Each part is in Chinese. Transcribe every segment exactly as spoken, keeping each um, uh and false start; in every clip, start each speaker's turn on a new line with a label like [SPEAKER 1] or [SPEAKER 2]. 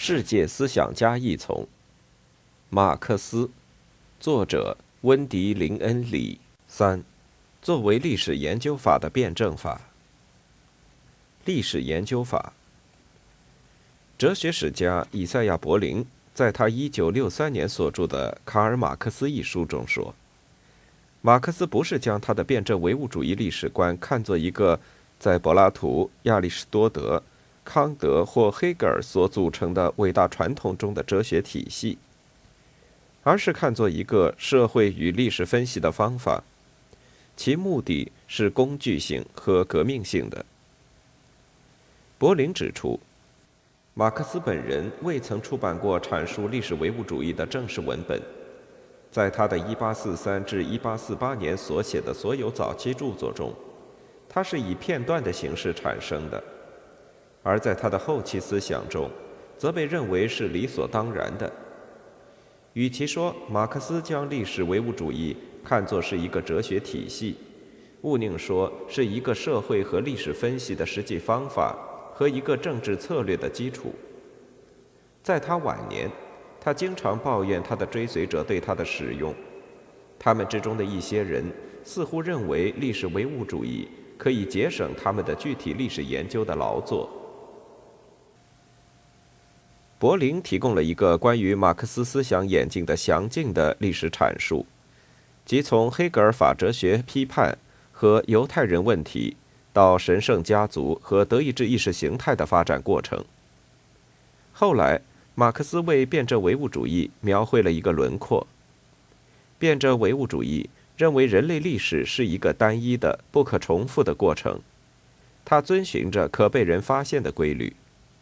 [SPEAKER 1] 世界思想家一丛，马克思，作者温迪·林恩·里。三，作为历史研究法的辩证法。历史研究法。哲学史家以赛亚·柏林在他一九六三年所著的《卡尔·马克思》一书中说，马克思不是将他的辩证唯物主义历史观看作一个在柏拉图、亚里士多德、康德或黑格尔所组成的伟大传统中的哲学体系，而是看作一个社会与历史分析的方法，其目的是工具性和革命性的。柏林指出，马克思本人未曾出版过阐述历史唯物主义的正式文本，在他的一八四三至一八四八年所写的所有早期著作中，他是以片段的形式产生的，而在他的后期思想中，则被认为是理所当然的。与其说马克思将历史唯物主义看作是一个哲学体系，勿宁说是一个社会和历史分析的实际方法和一个政治策略的基础。在他晚年，他经常抱怨他的追随者对他的使用，他们之中的一些人似乎认为历史唯物主义可以节省他们的具体历史研究的劳作。柏林提供了一个关于马克思思想演进的详尽的历史阐述，即从黑格尔法哲学批判和犹太人问题到神圣家族和德意志意识形态的发展过程。后来，马克思为辩证唯物主义描绘了一个轮廓。辩证唯物主义认为人类历史是一个单一的、不可重复的过程，它遵循着可被人发现的规律。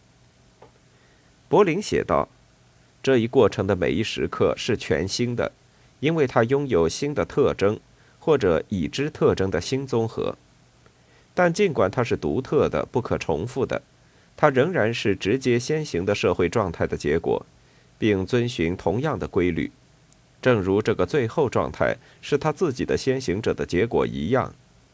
[SPEAKER 1] 柏林写道，这一过程的每一时刻是全新的，因为它拥有新的特征，或者已知特征的新综合。但尽管它是独特的、不可重复的，它仍然是直接先行的社会状态的结果，并遵循同样的规律，正如这个最后状态是它自己的先行者的结果一样。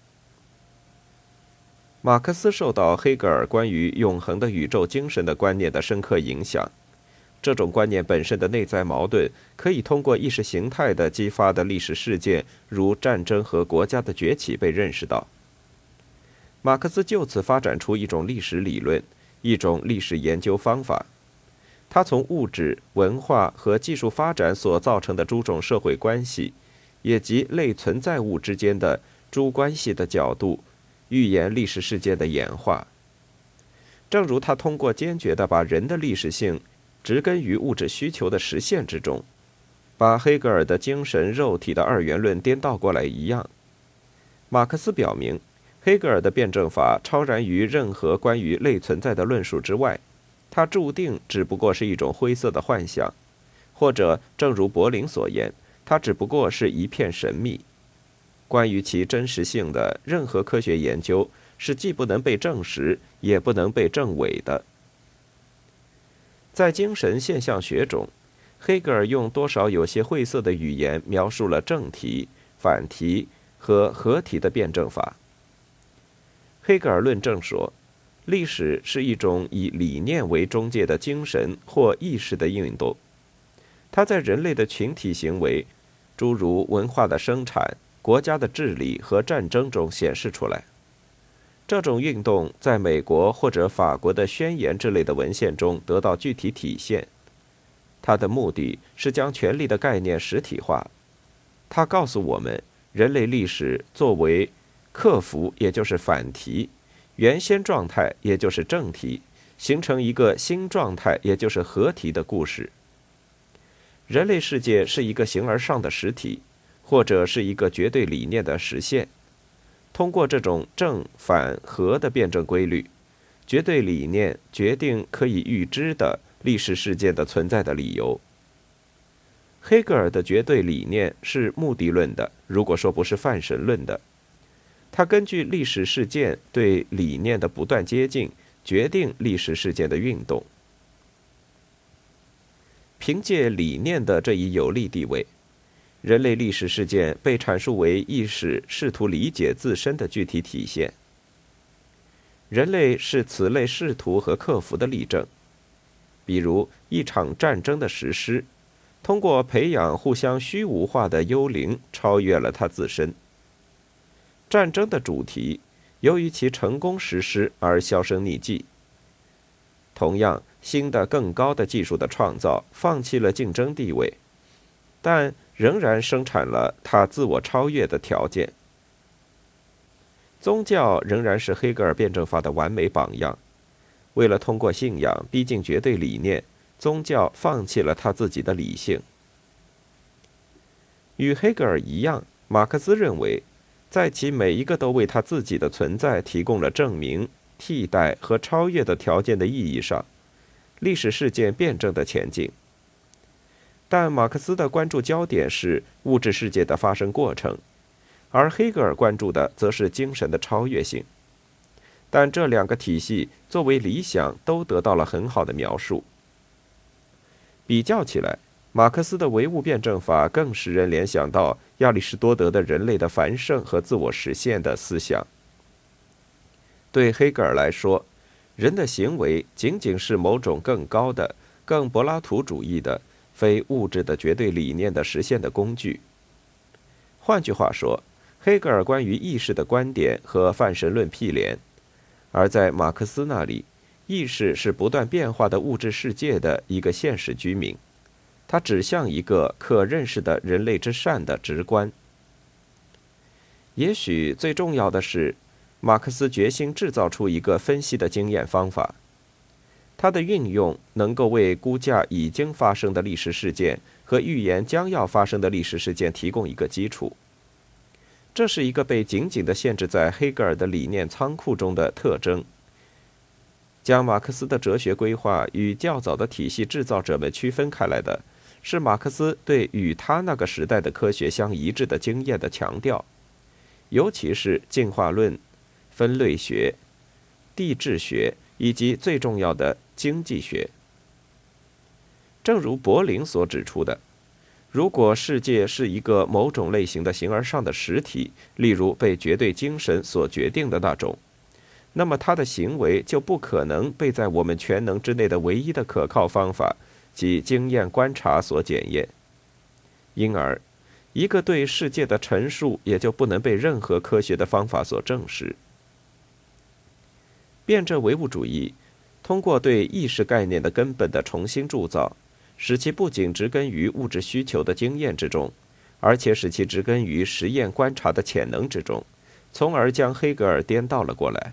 [SPEAKER 1] 马克思受到黑格尔关于永恒的宇宙精神的观念的深刻影响，这种观念本身的内在矛盾可以通过意识形态的激发的历史事件，如战争和国家的崛起被认识到。马克思就此发展出一种历史理论，一种历史研究方法。他从物质、文化和技术发展所造成的诸种社会关系，也即类存在物之间的诸关系的角度，预言历史事件的演化。正如他通过坚决地把人的历史性植根于物质需求的实现之中，把黑格尔的精神肉体的二元论颠倒过来一样。马克思表明，黑格尔的辩证法超然于任何关于类存在的论述之外，它注定只不过是一种灰色的幻想，或者正如柏林所言，它只不过是一片神秘。关于其真实性的任何科学研究是既不能被证实，也不能被证伪的。在精神现象学中，黑格尔用多少有些晦涩的语言描述了正题、反题和合题的辩证法。黑格尔论证说，历史是一种以理念为中介的精神或意识的运动，它在人类的群体行为，诸如文化的生产、国家的治理和战争中显示出来。这种运动在美国或者法国的宣言之类的文献中得到具体体现。它的目的是将权力的概念实体化。它告诉我们，人类历史作为克服，也就是反题，原先状态，也就是正题，形成一个新状态，也就是合题的故事。人类世界是一个形而上的实体，或者是一个绝对理念的实现。通过这种正反合的辩证规律，绝对理念决定可以预知的历史事件的存在的理由。黑格尔的绝对理念是目的论的，如果说不是泛神论的。他根据历史事件对理念的不断接近，决定历史事件的运动。凭借理念的这一有利地位，人类历史事件被阐述为意识试图理解自身的具体体现。人类是此类试图和克服的例证。 比如一场战争的实施，通过培养互相虚无化的幽灵，超越了它自身。战争的主题由于其成功实施而销声匿迹。同样，新的更高的技术的创造放弃了竞争地位，但仍然生产了它自我超越的条件。宗教仍然是黑格尔辩证法的完美榜样。为了通过信仰逼近绝对理念，宗教放弃了他自己的理性。与黑格尔一样，马克思认为，在其每一个都为他自己的存在提供了证明、替代和超越的条件的意义上，历史事件辩证的前进。但马克思的关注焦点是物质世界的发生过程，而黑格尔关注的则是精神的超越性。但这两个体系作为理想都得到了很好的描述。比较起来，马克思的唯物辩证法更使人联想到亚里士多德的人类的繁盛和自我实现的思想。对黑格尔来说，人的行为仅仅是某种更高的、更柏拉图主义的、非物质的绝对理念的实现的工具。换句话说，黑格尔关于意识的观点和泛神论毗连。而在马克思那里，意识是不断变化的物质世界的一个现实居民，它指向一个可认识的人类之善的直观。也许最重要的是，马克思决心制造出一个分析的经验方法，它的运用能够为估价已经发生的历史事件和预言将要发生的历史事件提供一个基础。这是一个被紧紧地限制在黑格尔的理念仓库中的特征。将马克思的哲学规划与较早的体系制造者们区分开来的，是马克思对与他那个时代的科学相一致的经验的强调，尤其是进化论、分类学、地质学以及最重要的经济学。正如柏林所指出的，如果世界是一个某种类型的形而上的实体，例如被绝对精神所决定的那种，那么它的行为就不可能被在我们全能之内的唯一的可靠方法，即经验观察所检验。因而，一个对世界的陈述也就不能被任何科学的方法所证实。辩证唯物主义通过对意识概念的根本的重新铸造，使其不仅植根于物质需求的经验之中，而且使其植根于实验观察的潜能之中，从而将黑格尔颠倒了过来。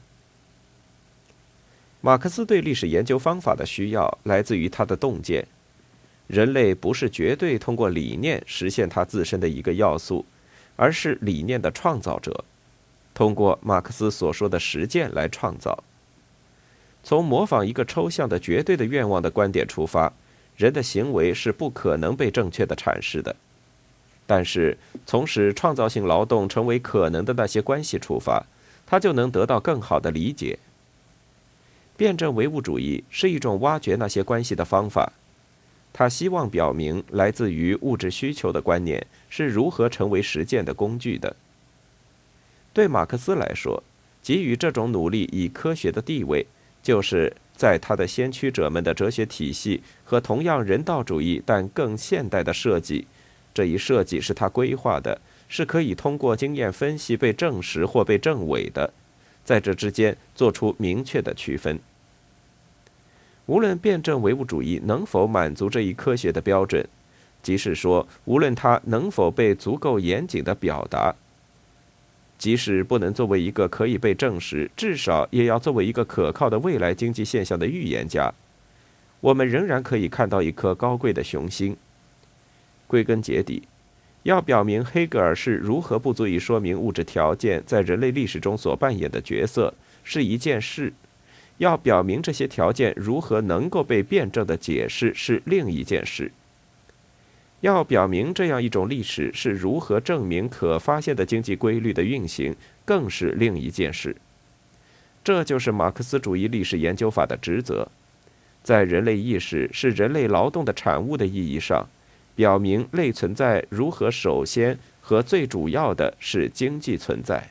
[SPEAKER 1] 马克思对历史研究方法的需要来自于他的洞见：人类不是绝对通过理念实现他自身的一个要素，而是理念的创造者，通过马克思所说的实践来创造。从模仿一个抽象的绝对的愿望的观点出发，人的行为是不可能被正确的阐释的。但是，从使创造性劳动成为可能的那些关系出发，它就能得到更好的理解。辩证唯物主义是一种挖掘那些关系的方法，它希望表明来自于物质需求的观念是如何成为实践的工具的。对马克思来说，给予这种努力以科学的地位，就是在他的先驱者们的哲学体系和同样人道主义但更现代的设计，这一设计是他规划的，是可以通过经验分析被证实或被证伪的，在这之间做出明确的区分。无论辩证唯物主义能否满足这一科学的标准，即是说，无论它能否被足够严谨地表达，即使不能作为一个可以被证实，至少也要作为一个可靠的未来经济现象的预言家，我们仍然可以看到一颗高贵的雄心。归根结底，要表明黑格尔是如何不足以说明物质条件在人类历史中所扮演的角色是一件事，要表明这些条件如何能够被辩证的解释是另一件事。要表明这样一种历史是如何证明可发现的经济规律的运行，更是另一件事。这就是马克思主义历史研究法的职责，在人类意识是人类劳动的产物的意义上，表明类存在如何首先和最主要的是经济存在。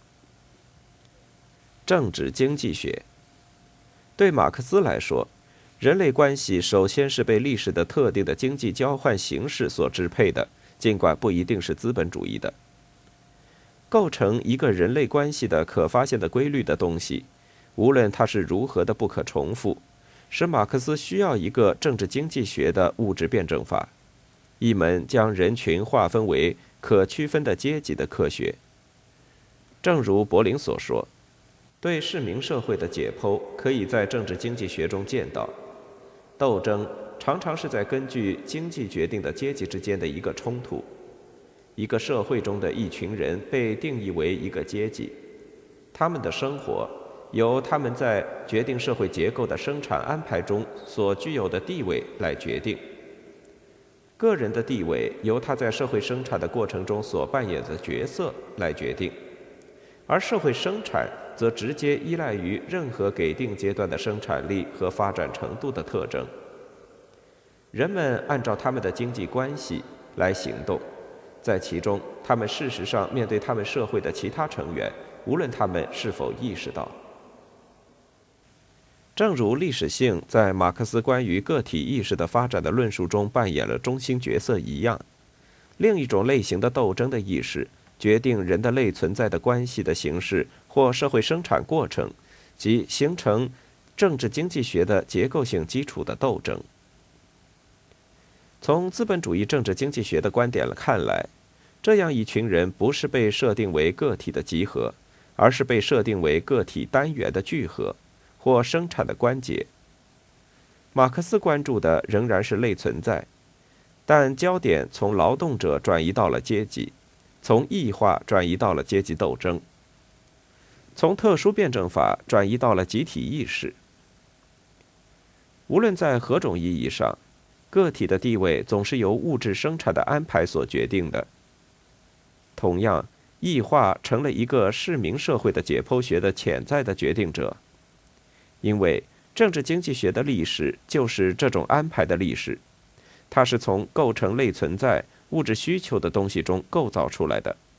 [SPEAKER 1] 政治经济学对马克思来说， 人类关系首先是被历史的特定的经济交换形式所支配的，尽管不一定是资本主义的。构成一个人类关系的可发现的规律的东西，无论它是如何的不可重复，使马克思需要一个政治经济学的物质辩证法，一门将人群划分为可区分的阶级的科学。正如柏林所说，对市民社会的解剖可以在政治经济学中见到。斗争常常是在根据经济决定的阶级之间的一个冲突。一个社会中的一群人被定义为一个阶级，他们的生活由他们在决定社会结构的生产安排中所具有的地位来决定。个人的地位由他在社会生产的过程中所扮演的角色来决定，而社会生产则直接依赖于任何给定阶段的生产力和发展程度的特征。人们按照他们的经济关系来行动，在其中，他们事实上面对他们社会的其他成员，无论他们是否意识到。正如历史性在马克思关于个体意识的发展的论述中扮演了中心角色一样，另一种类型的斗争的意识决定人的类存在的关系的形式或社会生产过程，即形成政治经济学的结构性基础的斗争。从资本主义政治经济学的观点看来，这样一群人不是被设定为个体的集合，而是被设定为个体单元的聚合或生产的关节。马克思关注的仍然是类存在，但焦点从劳动者转移到了阶级，从异化转移到了阶级斗争，从特殊辩证法转移到了集体意识。无论在何种意义上，个体的地位总是由物质生产的安排所决定的。同样，异化成了一个市民社会的解剖学的潜在的决定者，因为政治经济学的历史就是这种安排的历史，它是从构成类存在物质需求的东西中构造出来的。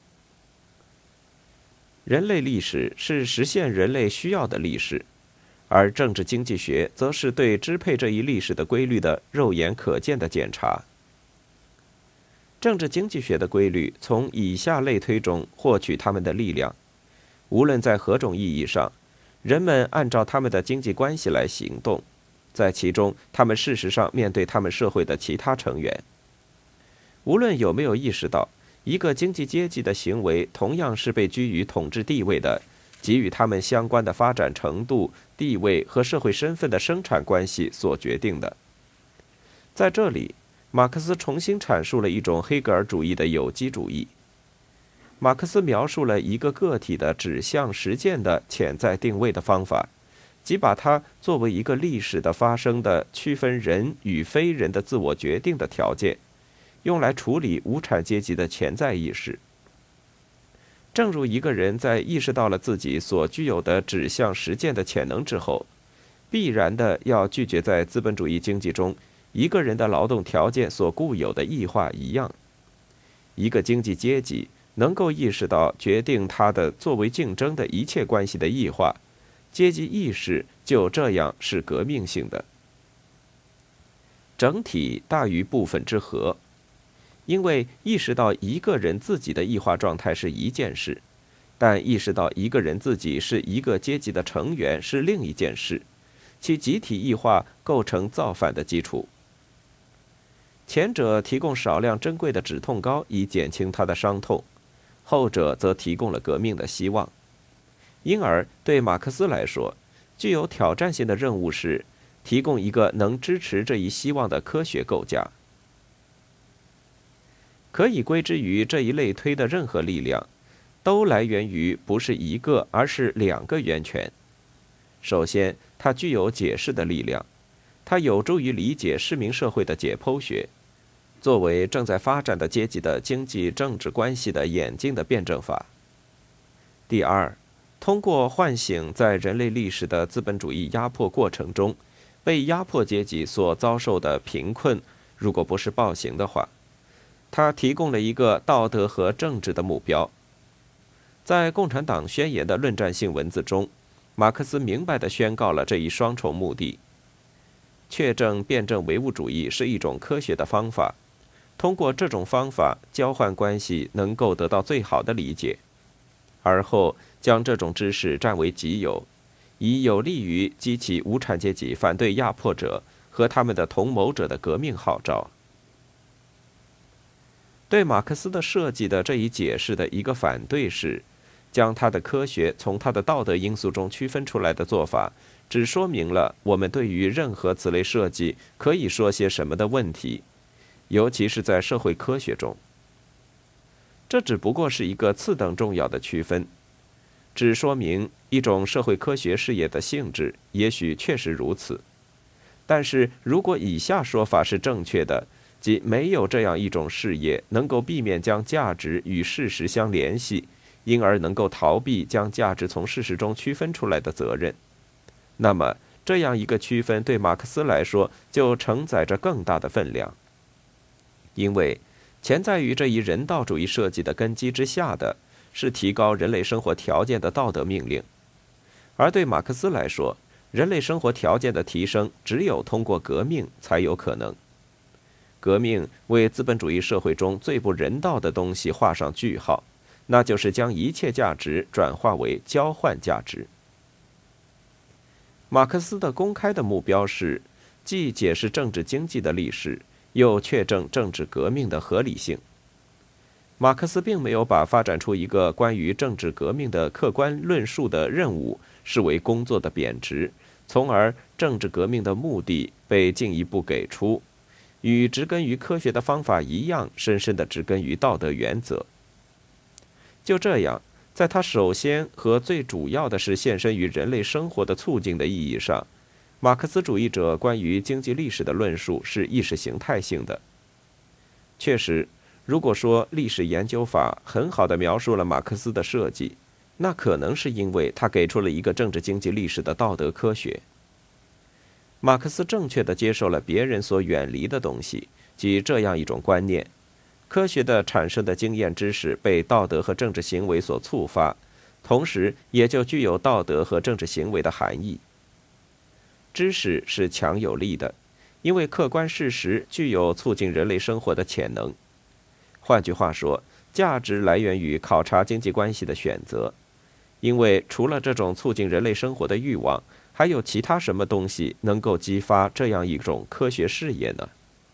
[SPEAKER 1] 人类历史是实现人类需要的历史，而政治经济学则是对支配这一历史的规律的肉眼可见的检查。政治经济学的规律从以下类推中获取他们的力量，无论在何种意义上，人们按照他们的经济关系来行动，在其中他们事实上面对他们社会的其他成员。无论有没有意识到，一个经济阶级的行为同样是被居于统治地位的，给予他们相关的发展程度、地位和社会身份的生产关系所决定的。在这里，马克思重新阐述了一种黑格尔主义的有机主义。马克思描述了一个个体的指向实践的潜在定位的方法，即把它作为一个历史的发生的区分人与非人的自我决定的条件，用来处理无产阶级的潜在意识。正如一个人在意识到了自己所具有的指向实践的潜能之后，必然的要拒绝在资本主义经济中一个人的劳动条件所固有的异化一样，一个经济阶级能够意识到决定他的作为竞争的一切关系的异化，阶级意识就这样是革命性的。整体大于部分之和，因为意识到一个人自己的异化状态是一件事，但意识到一个人自己是一个阶级的成员是另一件事，其集体异化构成造反的基础。前者提供少量珍贵的止痛膏以减轻他的伤痛，后者则提供了革命的希望。因而对马克思来说，具有挑战性的任务是提供一个能支持这一希望的科学构架。可以归之于这一类推的任何力量，都来源于不是一个而是两个源泉。首先，它具有解释的力量，它有助于理解市民社会的解剖学，作为正在发展的阶级的经济政治关系的演进的辩证法。第二，通过唤醒在人类历史的资本主义压迫过程中被压迫阶级所遭受的贫困，如果不是暴行的话，它提供了一个道德和政治的目标。在共产党宣言的论战性文字中，马克思明白地宣告了这一双重目的。 确证辩证唯物主义是一种科学的方法，通过这种方法，交换关系能够得到最好的理解，而后将这种知识占为己有，以有利于激起无产阶级反对压迫者和他们的同谋者的革命号召。对马克思的设计的这一解释的一个反对是，将他的科学从他的道德因素中区分出来的做法，只说明了我们对于任何此类设计可以说些什么的问题，尤其是在社会科学中。这只不过是一个次等重要的区分，只说明一种社会科学事业的性质，也许确实如此。但是如果以下说法是正确的，即没有这样一种事业能够避免将价值与事实相联系，因而能够逃避将价值从事实中区分出来的责任，那么这样一个区分对马克思来说就承载着更大的分量，因为潜在于这一人道主义设计的根基之下的是提高人类生活条件的道德命令，而对马克思来说，人类生活条件的提升只有通过革命才有可能。革命为资本主义社会中最不人道的东西画上句号，那就是将一切价值转化为交换价值。马克思的公开的目标是，既解释政治经济的历史，又确证政治革命的合理性。马克思并没有把发展出一个关于政治革命的客观论述的任务视为工作的贬值，从而政治革命的目的被进一步给出，与植根于科学的方法一样，深深地植根于道德原则。就这样，在它首先和最主要的是献身于人类生活的促进的意义上，马克思主义者关于经济历史的论述是意识形态性的。确实，如果说历史研究法很好地描述了马克思的设计，那可能是因为他给出了一个政治经济历史的道德科学。马克思正确地接受了别人所远离的东西，即这样一种观念：科学的产生的经验知识被道德和政治行为所触发，同时也就具有道德和政治行为的含义。知识是强有力的，因为客观事实具有促进人类生活的潜能。换句话说，价值来源于考察经济关系的选择，因为除了这种促进人类生活的欲望，还有其他什么东西能够激发这样一种科学事业呢？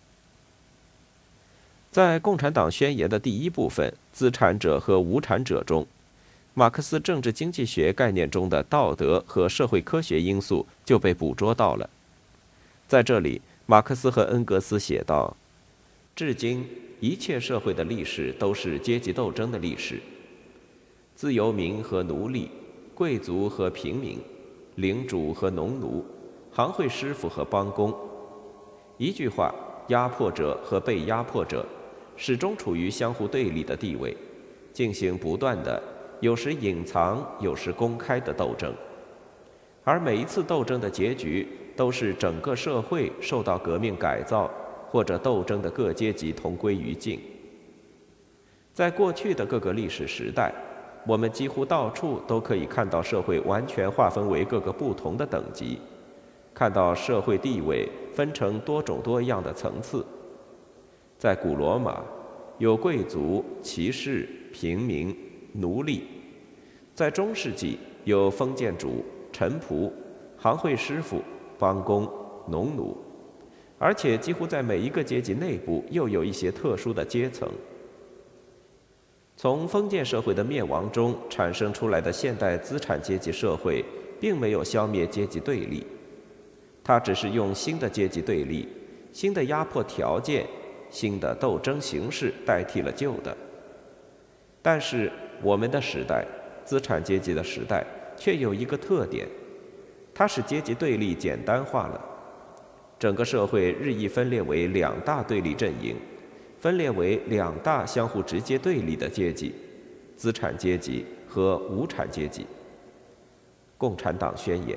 [SPEAKER 1] 在共产党宣言的第一部分“资产者和无产者”中，马克思政治经济学概念中的道德和社会科学因素就被捕捉到了。在这里，马克思和恩格斯写道：至今，一切社会的历史都是阶级斗争的历史，自由民和奴隶，贵族和平民，领主和农奴，行会师傅和帮工。一句话，压迫者和被压迫者始终处于相互对立的地位，进行不断的、有时隐藏、有时公开的斗争。而每一次斗争的结局，都是整个社会受到革命改造，或者斗争的各阶级同归于尽。在过去的各个历史时代，我们几乎到处都可以看到社会完全划分为各个不同的等级，看到社会地位分成多种多样的层次。在古罗马，有贵族、骑士、平民、奴隶；在中世纪，有封建主、臣仆、行会师傅、帮工、农奴，而且几乎在每一个阶级内部又有一些特殊的阶层。从封建社会的灭亡中产生出来的现代资产阶级社会，并没有消灭阶级对立，它只是用新的阶级对立、新的压迫条件、新的斗争形式代替了旧的。但是我们的时代，资产阶级的时代，却有一个特点，它使阶级对立简单化了。整个社会日益分裂为两大对立阵营，分裂为两大相互直接对立的阶级：资产阶级和无产阶级。共产党宣言。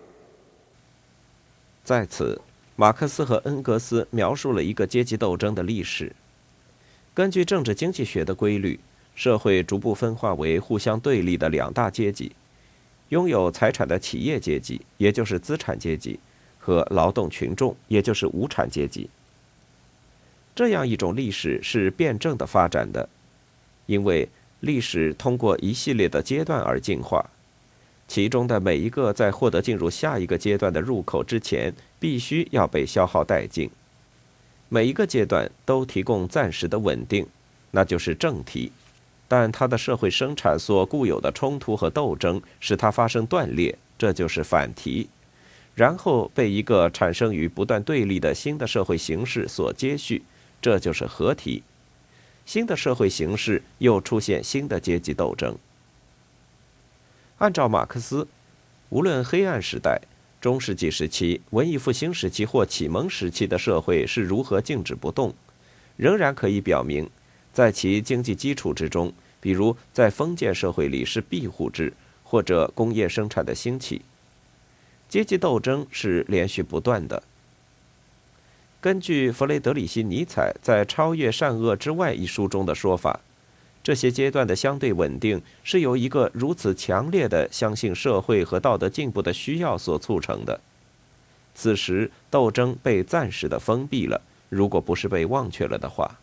[SPEAKER 1] 在此，马克思和恩格斯描述了一个阶级斗争的历史。根据政治经济学的规律，社会逐步分化为互相对立的两大阶级：拥有财产的企业阶级，也就是资产阶级， 和劳动群众，也就是无产阶级。这样一种历史是辩证的发展的，因为历史通过一系列的阶段而进化，其中的每一个在获得进入下一个阶段的入口之前，必须要被消耗殆尽。每一个阶段都提供暂时的稳定，那就是正题，但它的社会生产所固有的冲突和斗争使它发生断裂，这就是反题，然后被一个产生于不断对立的新的社会形式所接续，这就是合题。新的社会形势又出现新的阶级斗争。按照马克思，无论黑暗时代、中世纪时期、文艺复兴时期或启蒙时期的社会是如何静止不动，仍然可以表明，在其经济基础之中，比如在封建社会里是庇护制或者工业生产的兴起，阶级斗争是连续不断的。根据弗雷德里希·尼采在《超越善恶之外》一书中的说法，这些阶段的相对稳定是由一个如此强烈的相信社会和道德进步的需要所促成的。此时，斗争被暂时的封闭了，如果不是被忘却了的话。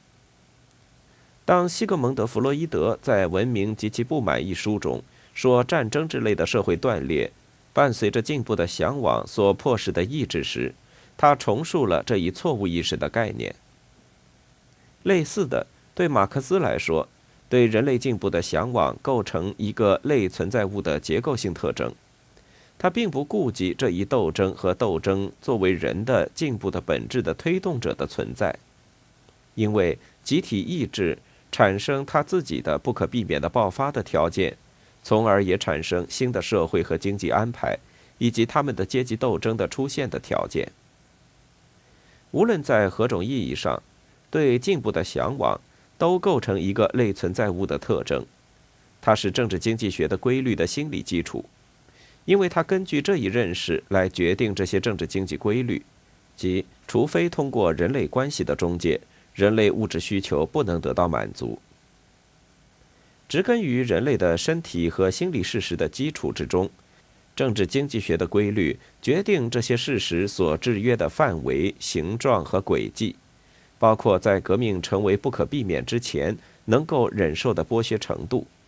[SPEAKER 1] 当西格蒙德·弗洛伊德在《文明及其不满》一书中说战争之类的社会断裂伴随着进步的向往所迫使的意志时，他重述了这一错误意识的概念。类似的，对马克思来说，对人类进步的向往构成一个类存在物的结构性特征。他并不顾及这一斗争和斗争作为人的进步的本质的推动者的存在，因为集体意志产生它自己的不可避免的爆发的条件，从而也产生新的社会和经济安排以及他们的阶级斗争的出现的条件。无论在何种意义上，对进步的向往都构成一个类存在物的特征，它是政治经济学的规律的心理基础，因为它根据这一认识来决定这些政治经济规律，即除非通过人类关系的中介，人类物质需求不能得到满足。植根于人类的身体和心理事实的基础之中，政治经济学的规律决定这些事实所制约的范围、形状和轨迹，包括在革命成为不可避免之前能够忍受的剥削程度。